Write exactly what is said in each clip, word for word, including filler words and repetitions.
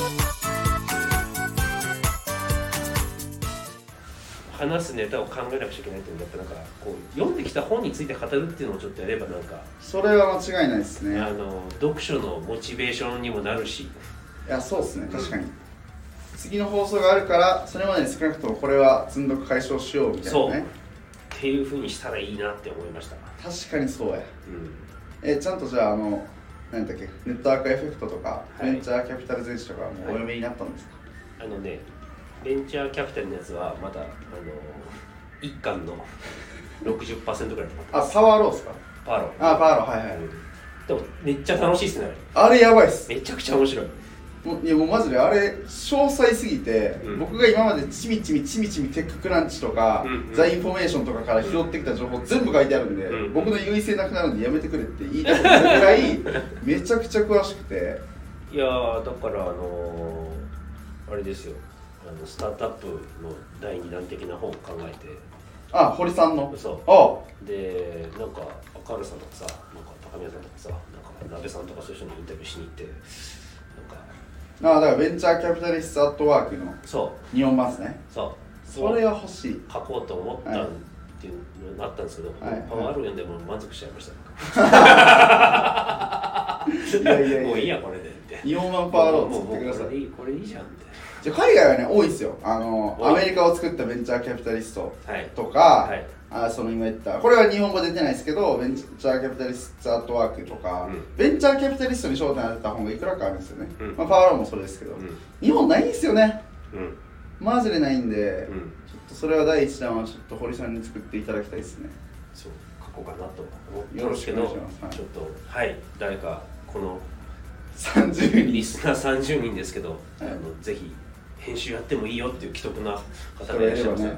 話すネタを考えなくちゃいけないっていうんだったら、なんかこう読んできた本について語るっていうのをちょっとやれば、なんかそれは間違いないですね。 あの読書のモチベーションにもなるし。 いや、そうですね、確かに、うん、次の放送があるからそれまでに少なくともこれは積んどく解消しようみたいなね。 そうっていう風にしたらいいなって思いました。 確かにそうや、うん、えちゃんとじゃあ、あの何だっけ、ネットワークエフェクトとか、はい、ベンチャーキャピタル全史とかもうお読みになったんですか？ はい、あのね、ベンチャーキャピタルのやつはまだあのいっかんの ろくじゅっパーセント ぐらいとか。 あ、サワーローですか？ パーロ。 あ、パーロ、はいはい、うん、 でもめっちゃ楽しいっすね。 あれやばいっす。 めちゃくちゃ面白い。 もういやもうマジであれ詳細すぎて、うん、僕が今までちみちみちみちみテッククランチとか、うんうん、ザ・インフォメーションとかから拾ってきた情報全部書いてあるんで、うん、僕の優位性なくなるんでやめてくれって言いたくなるぐらいめちゃくちゃ詳しくて。いやーだからあのー、あれですよ、あのスタートアップの第二弾的な本を考えて。 あ、堀さんの。 そう。 あでなんか赤原さんとかさ、なんか高宮さんとかさ、なんか鍋さんとかそういう人にインタビューしに行って、なんか。 ああ、だからベンチャーキャピタリストアットワークの日本版ですね。 そうそれは欲しい。 書こうと思ったっていうのがあったんですけど、はい、パワーある読んでも満足しちゃいました。いやいやいやもういいやこれでって。 日本版パワーロード作ってください。 これいい、これいいじゃんって。 じゃ海外はね多いですよ。あのアメリカを作ったベンチャーキャピタリストとか、はいはい、あその今言ったこれは日本語出てないですけど、ベンチャーキャピタリストアットワークとか、うん、ベンチャーキャピタリストに焦点当てた本がいくらかあるんですよね。うん、まあ、パワーローもそれですけど、うん、日本ないんですよね。うん、マジでないんで、うん、ちょっとそれは第一弾はちょっと堀さんに作っていただきたいですね。 そう書こうかなと思ってますけど、よろしくお願いします。はい、ちょっとはい誰かこのさんじゅうにんリスナーさんじゅうにんですけど、はい、あのぜひ編集やってもいいよっていう既得な方がいらっしゃいますね。はい。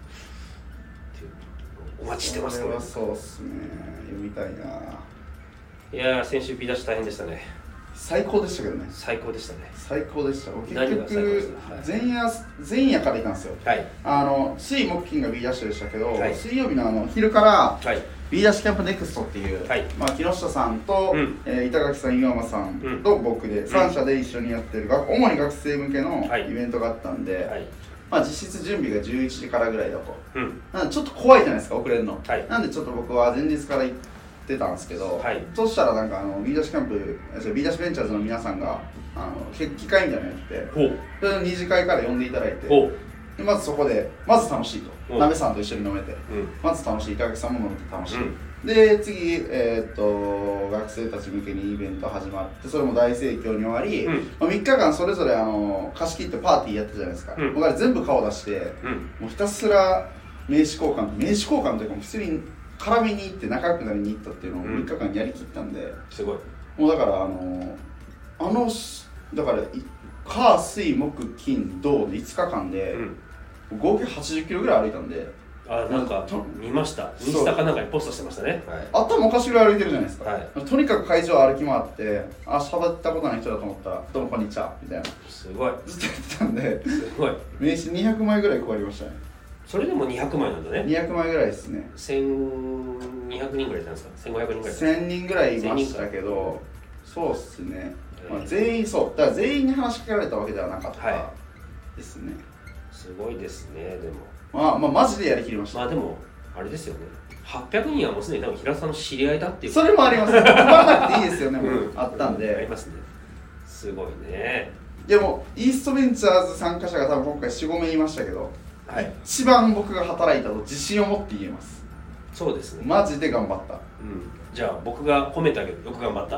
お待ちしてます。 これはそうっすね。読みたいな。 いやー先週 B ダッシュ大変でしたね。 最高でしたけどね。 最高でしたね。 最高でした。結局前夜前夜からいたんですよ。はい。あの水木金が B ダッシュでしたけど、はい、水曜日のあの昼から、はい、B ダッシュキャンプネクストっていう、はい、まあ木下さんと、うん、えー、板垣さん、岩間さんと僕でさん社で一緒にやってる、うん、主に学生向けのイベントがあったんで、はい、まあ実質準備がじゅういちじからぐらいだと、うん、なんでちょっと怖いじゃないですか遅れるの、はい、なんでちょっと僕は前日から行ってたんですけど、はい、そしたらなんかあの B ダッシュキャンプ B ダッシュベンチャーズの皆さんがあの決起会みたいなのやってそれの二次会から呼んでいただいて、でまずそこでまず楽しいと、なべさんと一緒に飲めて、うん、まず楽しい、板垣さんも飲めて楽しい、うん、で次、えー、っと学生たち向けにイベント始まって、それも大盛況に終わり、うん、まあ、みっかかんそれぞれあの貸し切ってパーティーやったじゃないですか、うん、僕は全部顔出して、うん、もうひたすら名刺交換名刺交換というか普通に絡みに行って仲良くなりに行ったっていうのをみっかかんやりきったんで、うん、 すごい。 もうだからあのあのだから火水木金土でいつかかんで、うん、合計はちじゅっキロぐらい歩いたんで、 あ、なんか見ました。インスタかなんかにポストしてましたね。はい、 頭おかしいぐらい歩いてるじゃないですか。はい、とにかく会場歩き回って、あ、喋ったことない人だと思ったら、どうもこんにちはみたいな。 すごい。 ずっとやってたんで、 すごい。 名刺にひゃくまいぐらい配りましたね。 それでもにひゃくまいなんだね。 にひゃくまいぐらいですね。 せんにひゃくにんぐらいじゃないですか。せんごひゃくにんぐらい。 せんにんぐらいいましたけど、そうっすね。まあ、全員そう。だから全員に話しかけられたわけではなかったですね。はい、 すごいですね、でも。 まあ、まあ、マジでやりきりました。 まあでも、あれですよね。はっぴゃくにんはもうすでに多分平田さんの知り合いだっていう。 それもあります。配らなくていいですよね、もう、うん、あったんで。 ありますね。すごいね。 でも、イーストベンチャーズ参加者が多分今回よん、ごめんいましたけど、はい、一番僕が働いたと自信を持って言えます。 そうですね。 マジで頑張った。うん。 じゃあ僕が褒めてあげる。よく頑張った。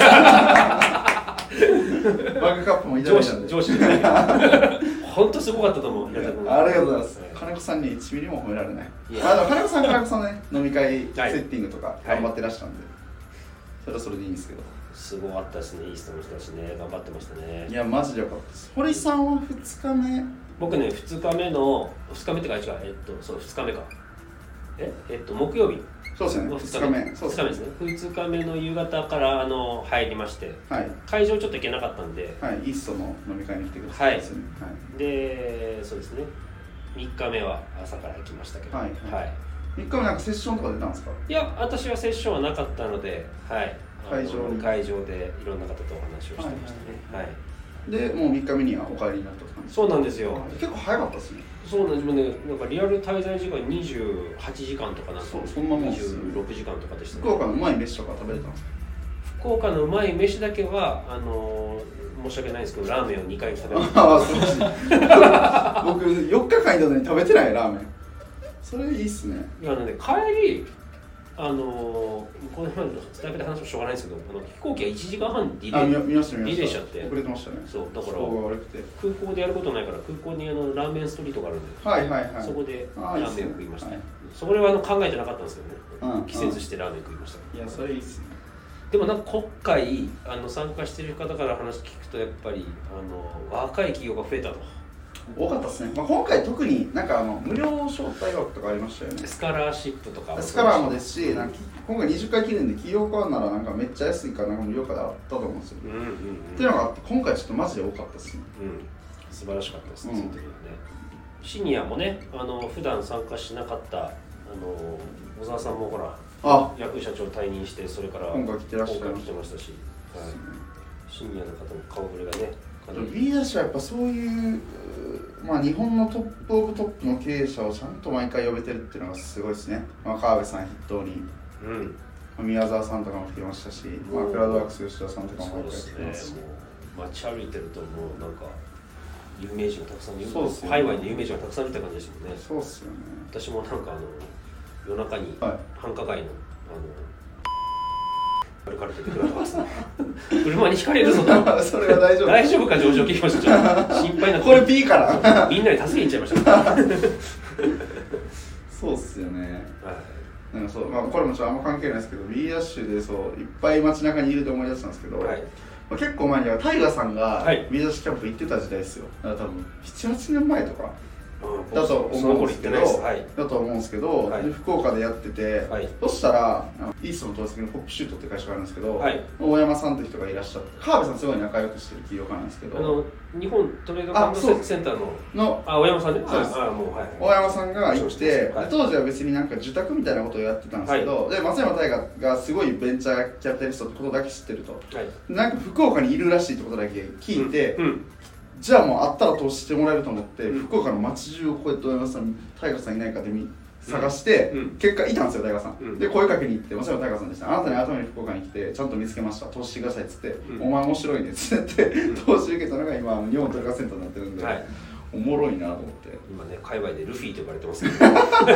バグカップもいただいたんで。 上司、上司本当すごかったと思う。 ありがとうございます。金子さんにいちミリも褒められない。あの金子さん金子さんね、飲み会セッティングとか頑張ってらしたんで、それはそれでいいんですけど。 すごかったですね。いい人の人たちね、頑張ってましたね。 いやマジでよかったです。堀さんはふつかめ。 僕ね、ふつかめのふつかめってか違う、えっとそうふつかめか。ええっと木曜日。 そうですね。ふつかめ。 そうですね。ふつかめの夕方からあの入りまして、はい、会場ちょっと行けなかったんで、 はい、イーストの飲み会に来てくださいですね。 はい。で、そうですね。みっかめは朝から行きましたけど、はい。はい、 みっかめなんかセッションとか出たんですか？ いや、私はセッションはなかったので、はい。 会場に会場でいろんな方とお話をしてましたね。はい。はいはい、 でもうみっかめにはお帰りになったって感じ。 そうなんですよ。 結構早かったですね。 そうなんですね。なんかリアル滞在時間にじゅうはちじかんとかなんか、 そうそんなもんです。 にじゅうろくじかんとかでしたね。 福岡のうまい飯とか食べれたんですか？ 福岡のうまい飯だけはあのー、申し訳ないですけどラーメンをにかい食べました。 ああ、そうですね。僕よっかかんいたのに食べてないラーメン。それいいっすね。 いやね、帰りあのー、この前のスタイフで話もしょうがないですけど、あの飛行機はいちじかんはんディレイ、 見ました見ました。 ディレイしちゃって遅れてましたね。 そうだから悪くて空港でやることないから空港にあのラーメンストリートがあるんで、 はいはいはい、 そこでラーメンを食いました。 いい、ね、 それはあの考えてなかったんですけどね、 うん、 季節してラーメン食いました。 いやそれいいっすね。 でもなんか今回あの参加している方から話聞くとやっぱりあの若い企業が増えたと。 多かったですね、まあ、今回特になんかあの無料招待枠とかありましたよね。 スカラーシップとかスカラーもですし、なんか今回にじゅっかい記念で企業カードならなんかめっちゃ安いからなんか無料化であったと思うんですよ、 うんうんうん、 っていうのがあって今回ちょっとマジで多かったですね、 うん、素晴らしかったですね、 うん、 その時はね。シニアもねあの普段参加しなかったあの小沢さんもほらあ役社長退任してそれから今回来てらっしゃい今回来てましたし、はい、シニアの方の顔ぶれがねビーダッシュはやっぱそういう、まあ、日本のトップオブトップの経営者をちゃんと毎回呼べてるっていうのがすごいですね、まあ、川辺さん筆頭に、うん、宮沢さんとかも来てましたし、まあ、クラウドワークス吉田さんとかも毎回来てますし、 もう街歩いてるともうなんか有名人がたくさんいる、そうですよね、海外の有名人がたくさんいた感じでしたもんね。 そうっすよね。 私もなんかあの夜中に繁華街の、はい、あの歩かれててくれます車にひかれるぞとそれは大丈夫大丈夫か上場聞きました。心配なこれ P からみんなに助けに行っちゃいましたそうっすよね、はい、なんかそう、まあ、これもちょっとあんま関係ないですけど B ダッシュでそういっぱい街中にいると思い出したんですけど、はい、まあ、結構前にはタイガさんが B ダッシュキャンプ行ってた時代ですよ。だから多分ななはちねんまえとかだと思うんですけど、はい、だと思うんですけど、はい、福岡でやってて、はい、そしたらイーストの投資先のポップシュートって会社があるんですけど、はい、大山さんという人がいらっしゃって、川辺さんすごい仲良くしてる企業家なんですけど、 あの日本トレードカンドセンターののあ大山さんね、 そうです、あもう、はい、大山さんが行って、はい、当時は別になんか受託みたいなことをやってたんですけど、はい、で松山大河がすごいベンチャーキャピタリストってことだけ知ってると、はい、なんか福岡にいるらしいってことだけ聞いて、うんうん、じゃあもうあったら投資してもらえると思って、うん、福岡の街中をこうやって大山さん、大河さんいないかで探して、うん、結果いたんですよ、大河さん、うん、で声かけに行って、もちろん大河さんでした、あなたに改めて福岡に来てちゃんと見つけました、投資してくださいっつって、うん、お前面白いねっつって、うん、投資受けたのが今日本トレカセンターになってるんで、はい、おもろいなと思って、 今ね界隈でルフィと呼ばれてますけど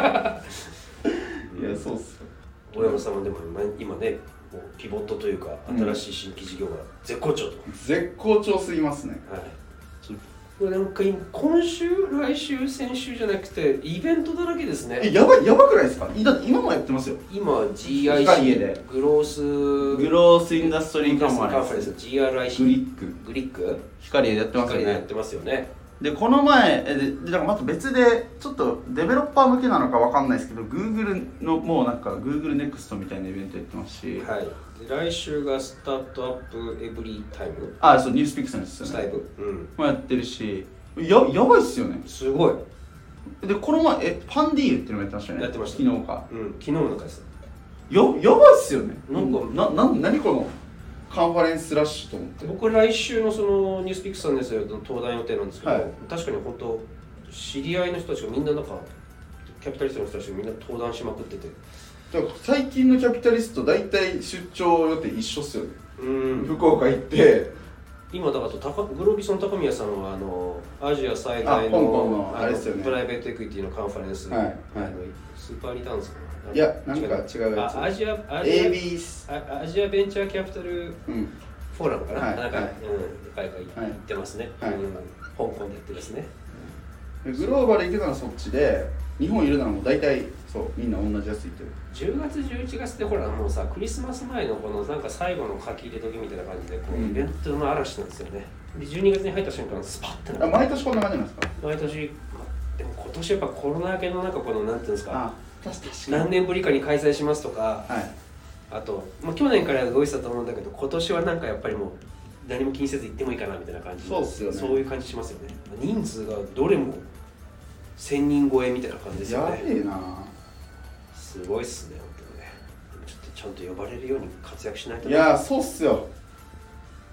いやそうっすよ。 大山さんはでも今ねピボットというか新しい新規事業が絶好調と、 うん、絶好調すぎますね。はい、 これなんか今週、来週、先週じゃなくてイベントだらけですね。 え、やばい、やばくないですか？だって今もやってますよ。 今 ジーアイシー でグロースグロースインダストリーカンファレンスジーアールアイシーグリックグリック光でやってますよね。 光でやってますよね。 でこの前ででだからまた別でちょっとデベロッパー向けなのかわかんないですけど Google のもうなんか Google ネクストみたいなイベントやってますし、 はい、で来週がスタートアップエブリータイム、 あ、そうニュースピックスのやつですよね。スタイブ、うん、もやってるし、ややばいっすよね。 すごい。 でこの前えパンディールっていうのもやってましたよね。 やってました。 昨日か。 うん、昨日の中です。 ややばいっすよね。 なんかなな何このカンファレンスラッシュと思って。 僕来週のそのニュースピックスさんですよ登壇予定なんですけど、はい、確かに本当知り合いの人たちがみんななんかキャピタリストの人たちがみんな登壇しまくってて。 だから最近のキャピタリスト大体出張予定一緒っすよね。うん。福岡行って。 今だからグロービスの高宮さんはあのアジア最大の, の, あれですよ、ね、 プライベートエクイティのカンファレンス、はいはい、あのスーパーリターンズかな。 いやなんか違うやつ。 アジアアジア エービー アジアベンチャーキャピタル、うんフォーラムかな、はい、なんか、はい、うん、海外行ってますね、はい、うん、香港でやってますね。 グローバル行けたらそっちで、日本いるならもう大体そうみんな同じやつ行ってる。 じゅうがつじゅういちがつってほらもうさクリスマス前のこのなんか最後の書き入れ時みたいな感じでこう、うん、イベントの嵐なんですよね。でじゅうにがつに入った瞬間スパッてなって。 毎年こんな感じなんですか？ 毎年、でも今年やっぱコロナ明けのなんかこのなんていうんですか、 あ確かに何年ぶりかに開催しますとか、はい、あと、まあ、去年から動いてたと思うんだけど今年はなんかやっぱりもう何も気にせず行ってもいいかなみたいな感じ。 そうっすよね。 そういう感じしますよね。人数がどれもせんにん超えみたいな感じですよね。 やべえな。 すごいっすね本当にね。ちょっとちゃんと呼ばれるように活躍しないと。 いやそうっすよ。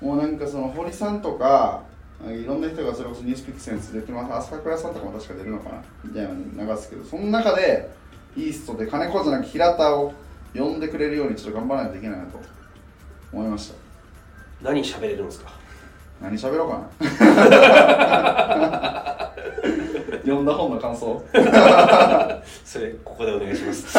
もうなんかその堀さんとかいろんな人がそれこそニュースピックスに出てます。朝倉さんとかも確か出るのかなみたいな流すけど、その中でイーストで金子じゃなく平田を呼んでくれるようにちょっと頑張らないといけないなと思いました。 何喋れるんですか？ 何喋ろうかな読んだ本の感想それここでお願いします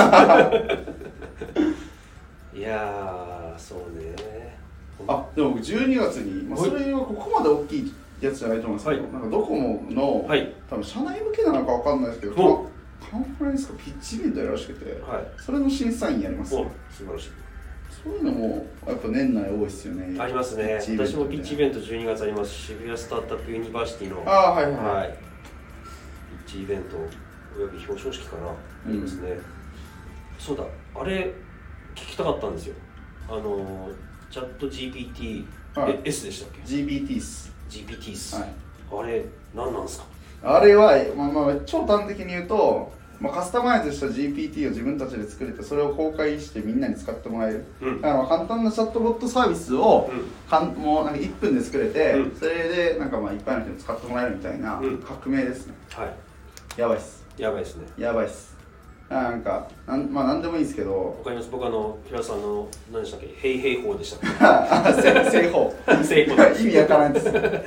いやーそうね。 あでもじゅうにがつに、まあ、それはここまで大きいやつじゃないと思うんですけど、はい、なんかドコモの、はい、多分社内向けなのか分かんないですけど、カンファレンスかピッチイベントやるらしくて、はい、それの審査員やりますね。 素晴らしい。 そういうのもやっぱ年内多いですよね。 ありますね。私もピッチイベントじゅうにがつあります。渋谷スタートアップユニバーシティの、 あ、はいはいはい、 ピッチイベントおよび表彰式かな、ありますね、うん、そうだ、あれ聞きたかったんですよ。あのチャット ジーピーティー、はい、S でしたっけ？ ジーピーティー っす。 ジーピーティー っす、 はい、 あれ何なんですか？ あれは、まあまあ、超端的に言うと、まあ、カスタマイズした ジーピーティー を自分たちで作れて、それを公開してみんなに使ってもらえる、うん、だから簡単なチャットボットサービスを、うん、かんもうなんかいっぷんで作れて、うん、それでなんかまあいっぱいの人に使ってもらえるみたいな革命ですね、うん、はい。やばいっす。 やばいっすね。 やばいっす。なんかなん、まあ、なんでもいいんですけど、 わかります。僕あの平田さんの何でしたっけ、平平法でしたっけ正法正法意味わからんです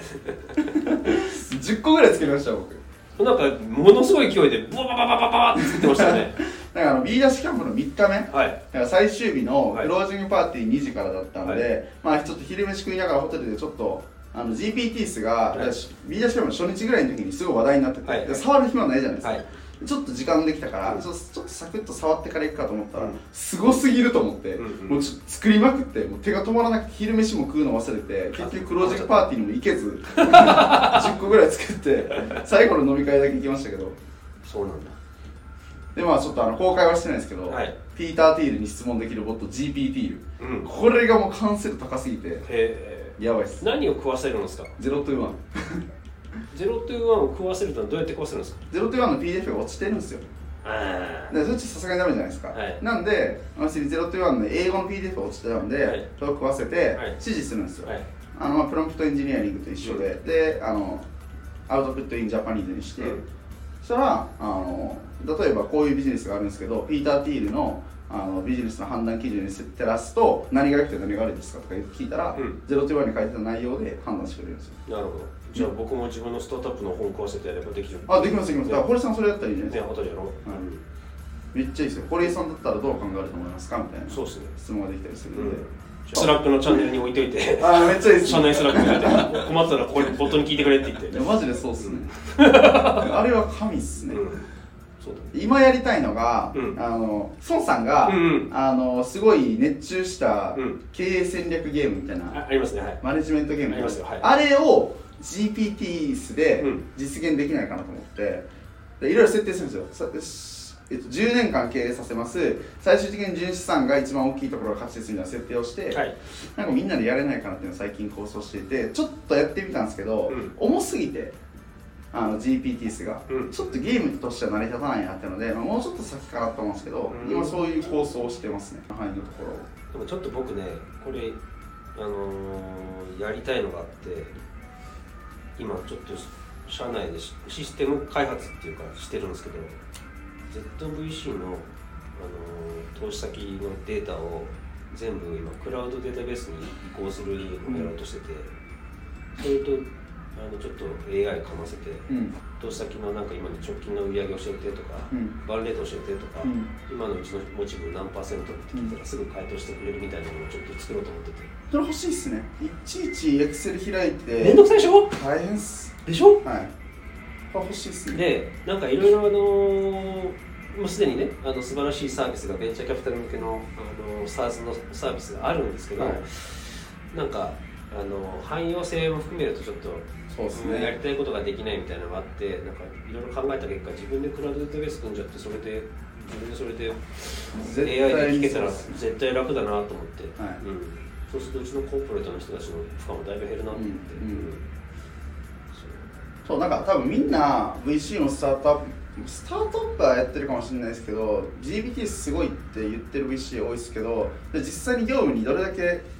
じゅっこぐらい作りました僕。 なんかものすごい勢いでブワバババババって作ってましたよねだからあの B ダッシュキャンプのみっかめ、はい、だから最終日のクロージングパーティーにじからだったので、はい、まあちょっと昼飯食いながらホテルでちょっとあの ジーピーティー スが、はい、B ダッシュキャンプの初日ぐらいの時にすごい話題になってて、はい、触る暇ないじゃないですか、はい、ちょっと時間できたから、うん、ちょっとサクッと触ってから行くかと思ったら、うん、すごすぎると思って、うんうん、もうちょっと作りまくって、もう手が止まらなくて昼飯も食うの忘れて、結局クロージングパーティーにも行けずじゅっこぐらい作って最後の飲み会だけ行きましたけど。 そうなんだ。 でまあちょっとあの公開はしてないですけど、はい、ピーター・ティールに質問できるボット ジーピーティー ル、うん、これがもう完成度高すぎてへやばいっす。 何を食わせるんですか？ ゼロトゥーワンゼロトゥーワンを食わせるとはどうやって食わせるんですか？ ゼロトゥーワンの ピーディーエフ が落ちてるんですよ。あでそっちさすがにダメじゃないですか、はい、なんで私ゼロトゥーワンの英語の ピーディーエフ が落ちてたんで、はい、それを食わせて指示するんですよ、はい、あのまあプロンプトエンジニアリングと一緒で、うん、であのアウトプットインジャパニーズにして、うん、そしたらあの例えばこういうビジネスがあるんですけど、ピーター・ティールのあのビジネスの判断基準に照らすと何が良くて何が悪いですかとか聞いたら、うん、ゼロトゥーワンに書いてた内容で判断してくれるんですよ。 なるほど。じゃあ僕も自分のスタートアップの本食わせてやればできる。 あ、できますできます。だから堀さんそれやったらいいじゃないですか。 ね、後でやろう、 うん、めっちゃいいですよ。堀さんだったらどう考えると思いますかみたいなそうですね、 質問ができたりするので、うん、 スラックのチャンネルに置いといてあーめっちゃいいです、 社内スラックに置いて困ったらここにボットに聞いてくれって言って。 マジでそうっすね、うん、あれは神っすね、うん今やりたいのが、うん、あの孫さんが、うんうん、あのすごい熱中した経営戦略ゲームみたいな、うん、 あ, ありますね、はい、 マネジメントゲームありますよ、はい、 あれを ジーピーティー スで実現できないかなと思ってでいろいろ設定するんですよ。えっと、じゅうねんかん経営させます。最終的に純資産が一番大きいところが勝ちですみたいな設定をして、はい、なんかみんなでやれないかなっていうのを最近構想していて、ちょっとやってみたんですけど、うん、重すぎてあの ジーピーティー スが、うん、ちょっとゲームとしては成り立たないなっていうので、まあ、もうちょっと先かなと思うんですけど、うん、今そういう構想をしてますね、範囲のところを。 でもちょっと僕ね、これ、あのー、やりたいのがあって、今ちょっと社内でシステム開発っていうかしてるんですけど、ゼットブイシー の、あのー、投資先のデータを全部今クラウドデータベースに移行するのをやろうとしてて、うん、それとあのちょっと エーアイ かませて、うん、投資先のなんか今の直近の売り上げ教えてとか、うん、バンレート教えてとか、うん、今のうちの持ち分何パーセントって聞いたらすぐ回答してくれるみたいなのをちょっと作ろうと思ってて。 それ欲しいっすね。いちいちエクセル開いてめんどくさいでしょ。 大変っすでしょ。 はい、これ欲しいっすね。でなんかいろいろあのー、もうすでにねあの素晴らしいサービスがベンチャーキャピタル向けの、あのー、SaaS のサービスがあるんですけど、はい、なんかあの汎用性も含めるとちょっとそうですね、やりたいことができないみたいなのがあって、なんかいろいろ考えた結果、自分でクラウドデータベース組んじゃって、それで自分でそれで エーアイ で聞けたら絶対楽だなと思って、はいうん、そうするとうちのコーポレートの人たちの負荷もだいぶ減るなと思って、うんうん、 そうなんか多分みんな ブイシー のスタートアップスタートアップはやってるかもしれないですけど ジーピーティー すごいって言ってる ブイシー 多いですけど、実際に業務にどれだけ組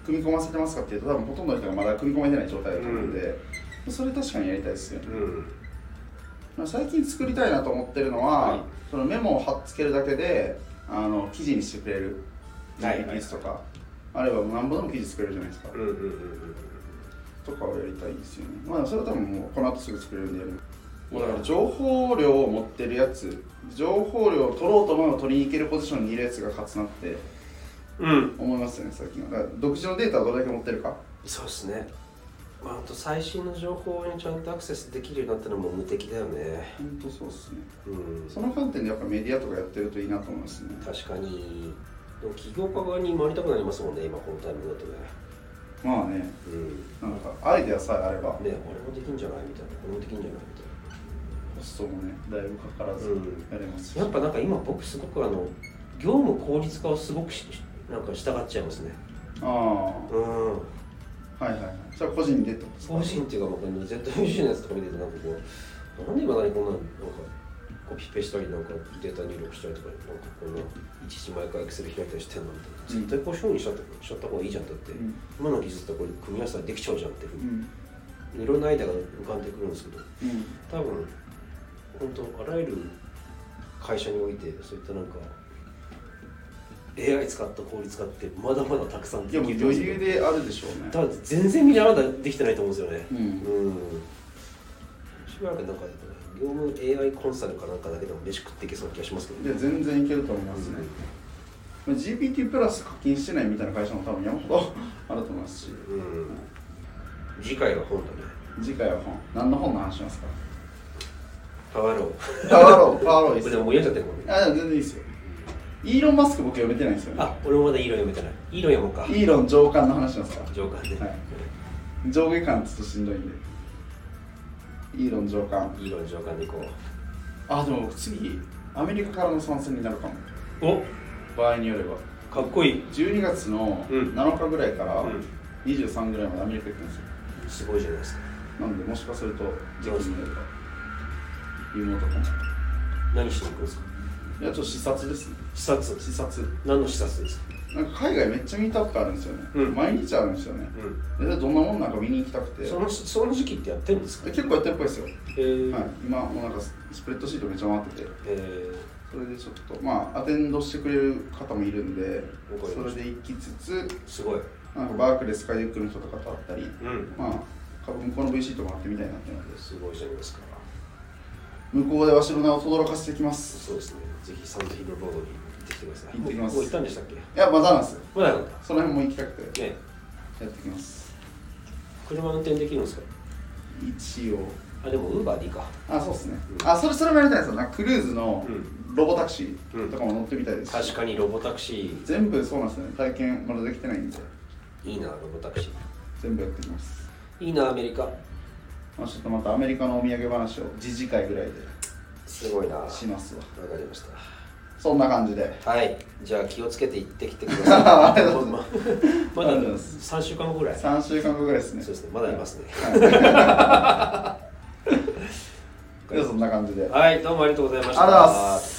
組み込ませてますかっていうと多分ほとんどの人がまだ組み込めてない状態だと思うんで、うん、それ確かにやりたいですよね、うん、最近作りたいなと思ってるのは、はい、そのメモを貼っつけるだけであの記事にしてくれるジーピーティーエスとか、はいはい、あれば何本でも記事作れるじゃないですか、うんうんうんうん、とかをやりたいですよね。まあそれは多分もうこの後すぐ作れるんでやる。もうだから情報量を持ってるやつ、情報量を取ろうと思えば取りに行けるポジションにいるやつが勝つなって思いますよね、最近は。だから独自のデータをどれだけ持ってるか。 そうですね。まあ、あと最新の情報にちゃんとアクセスできるようになったのも無敵だよね。 本当そうですね、うん、その観点でやっぱメディアとかやってるといいなと思いますね。 確かに。でも起業家側に回りたくなりますもんね、今このタイミングだとね。 まあね、うん、なんかアイデアさえあればね、俺もできんじゃないみたいな、俺もできんじゃないみたいな。 コストもね、だいぶかからずやれますし、 うん、やっぱなんか今僕すごくあの業務効率化をすごくしなんか従っちゃいますね。ああ、うん、 はいはいはい。それは個人でってことですか？ 個人っていうか、まあ、絶対優秀なやつとか見ててなんかこう、なんで今何こんななんかコピペしたりなんかデータ入力したりとか、なんかこんないちいち毎回エクセル開いたりしてんのみたいな、絶対こう商品しちゃったしちゃった方がいいじゃんだって、うん、今の技術とこれ組み合わせたらできちゃうじゃんっていうふうに、うん、いろんなアイデアが浮かんでくるんですけど、うん、多分本当あらゆる会社においてそういったなんか エーアイ 使った効率化ってまだまだたくさんできる。 いやもう余裕であるでしょうね。 ただ全然みんなまだできてないと思うんですよね。うん、うん、しばらくなんか業務 エーアイ コンサルかなんかだけでも飯食っていけそうな気がしますけど、ね、 いや全然いけると思いますね、うん、ジーピーティー プラス課金してないみたいな会社も多分山ほどあると思いますし、うんうん、次回は本だね。 次回は本。何の本の話しますか？ パワーロー。 パワーロー、パワーローいいっすよ。 でももう読んじゃってるもんね。 あ、全然いいっすよ。イーロン・マスク僕読めてないんですよね。 あ、俺もまだイーロン読めてない。イーロン読もうか。 イーロン上官の話なんですか？ 上官ね。はい、 上下巻ちょっとしんどいんで。イーロン上官。 イーロン上官でいこう。 あ、でも次、アメリカからの参戦になるかも。 お、 場合によれば。 かっこいい。 じゅうにがつのなのかぐらいからにじゅうさんぐらいまでアメリカ行くんですよ。 すごいじゃないですか。 なんで、もしかすると時期によれば。妹かも。 何しに行くんですか？ いや、ちょっと視察ですね。 視察？ 視察。 何の視察ですか？ なんか海外めっちゃミートアップあるんですよね、うん、毎日あるんですよね、うん、でどんなもんなんか見に行きたくて。 そのその時期ってやってるんですか？ 結構やってるっぽいですよ、えーはい、今もうなんかスプレッドシートめっちゃ回ってて、えー、それでちょっとまあアテンドしてくれる方もいるんで、それで行きつつ、 すごいなんかバークレースカイデックの人とかと会ったり、うん、まあ株向こうの ブイシー とも会ってみたいなってので、 すごいじゃないですか。 向こうでわしの名を轟かせていきます。 そうですね、ぜひサンドヒルロードに行ってきてください。 行ってきます。 もう行ったんでしたっけ？いや、まだなんですよ。 まだなんだ。 その辺も行きたくて、 ね、 やってきます。 車運転できるんですか？ 一応。 あ、でもウーバーでいいか。 あ、そうですね、うん、あ、それそれもやりたいですよ。なんかクルーズのロボタクシーとかも乗ってみたいですし、 うん、確かにロボタクシー全部そうなんですね。体験まだできてないんでいいな、ロボタクシー全部やってきます。 いいな、アメリカ。 まあ、ちょっとまたアメリカのお土産話を次次回ぐらいですごいなしますわ。 わかりました。 そんな感じで、 はい、じゃあ気をつけて行ってきてください。ま, まださんしゅうかんごぐらい。 さんしゅうかんごぐらいですね。 そうですね、まだいますね。 はい、ではそんな感じで、 はい、どうもありがとうございました。 ありがとうございます。